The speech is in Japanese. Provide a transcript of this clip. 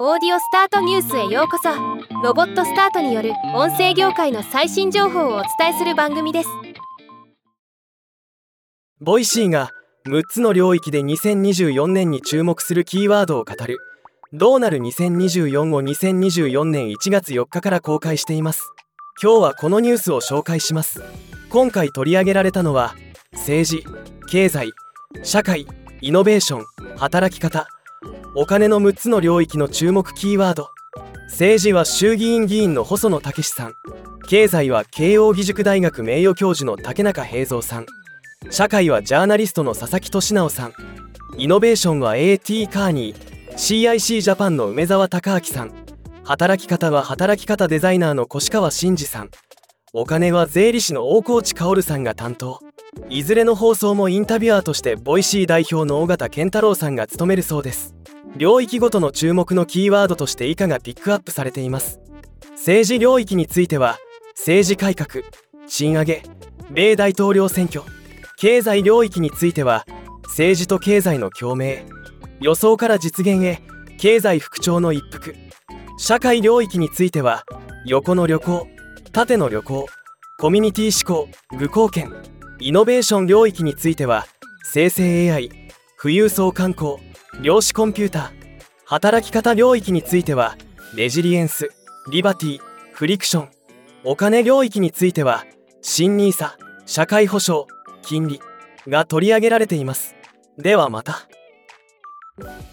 オーディオスタートニュースへようこそ。ロボットスタートによる音声業界の最新情報をお伝えする番組です。 ボイシーが6つの領域で2024年に注目するキーワードを語るどうなる2024を2024年1月4日から公開しています。今日はこのニュースを紹介します。今回取り上げられたのは政治、経済、社会、イノベーション、働き方、お金の6つの領域の注目キーワード。政治は衆議院議員の細野武さん、経済は慶応義塾大学名誉教授の竹中平蔵さん、社会はジャーナリストの佐々木俊直さん、イノベーションは AT カーニー CIC ジャパンの梅澤孝明さん、働き方は働き方デザイナーの越川真司さん、お金は税理士の大河内薫さんが担当。いずれの放送もインタビュアーとしてボイシー代表の尾形健太郎さんが務めるそうです。領域ごとの注目のキーワードとして以下がピックアップされています。政治領域については政治改革、賃上げ、米大統領選挙。経済領域については政治と経済の共鳴、予想から実現へ経済復調の一服。社会領域については横の旅行、縦の旅行、コミュニティ思考、具貢献。イノベーション領域については生成 AI、富裕層観光、量子コンピューター。働き方領域についてはレジリエンス、リバティ、フリクション。お金領域については新NISA、社会保障、金利が取り上げられています。ではまた。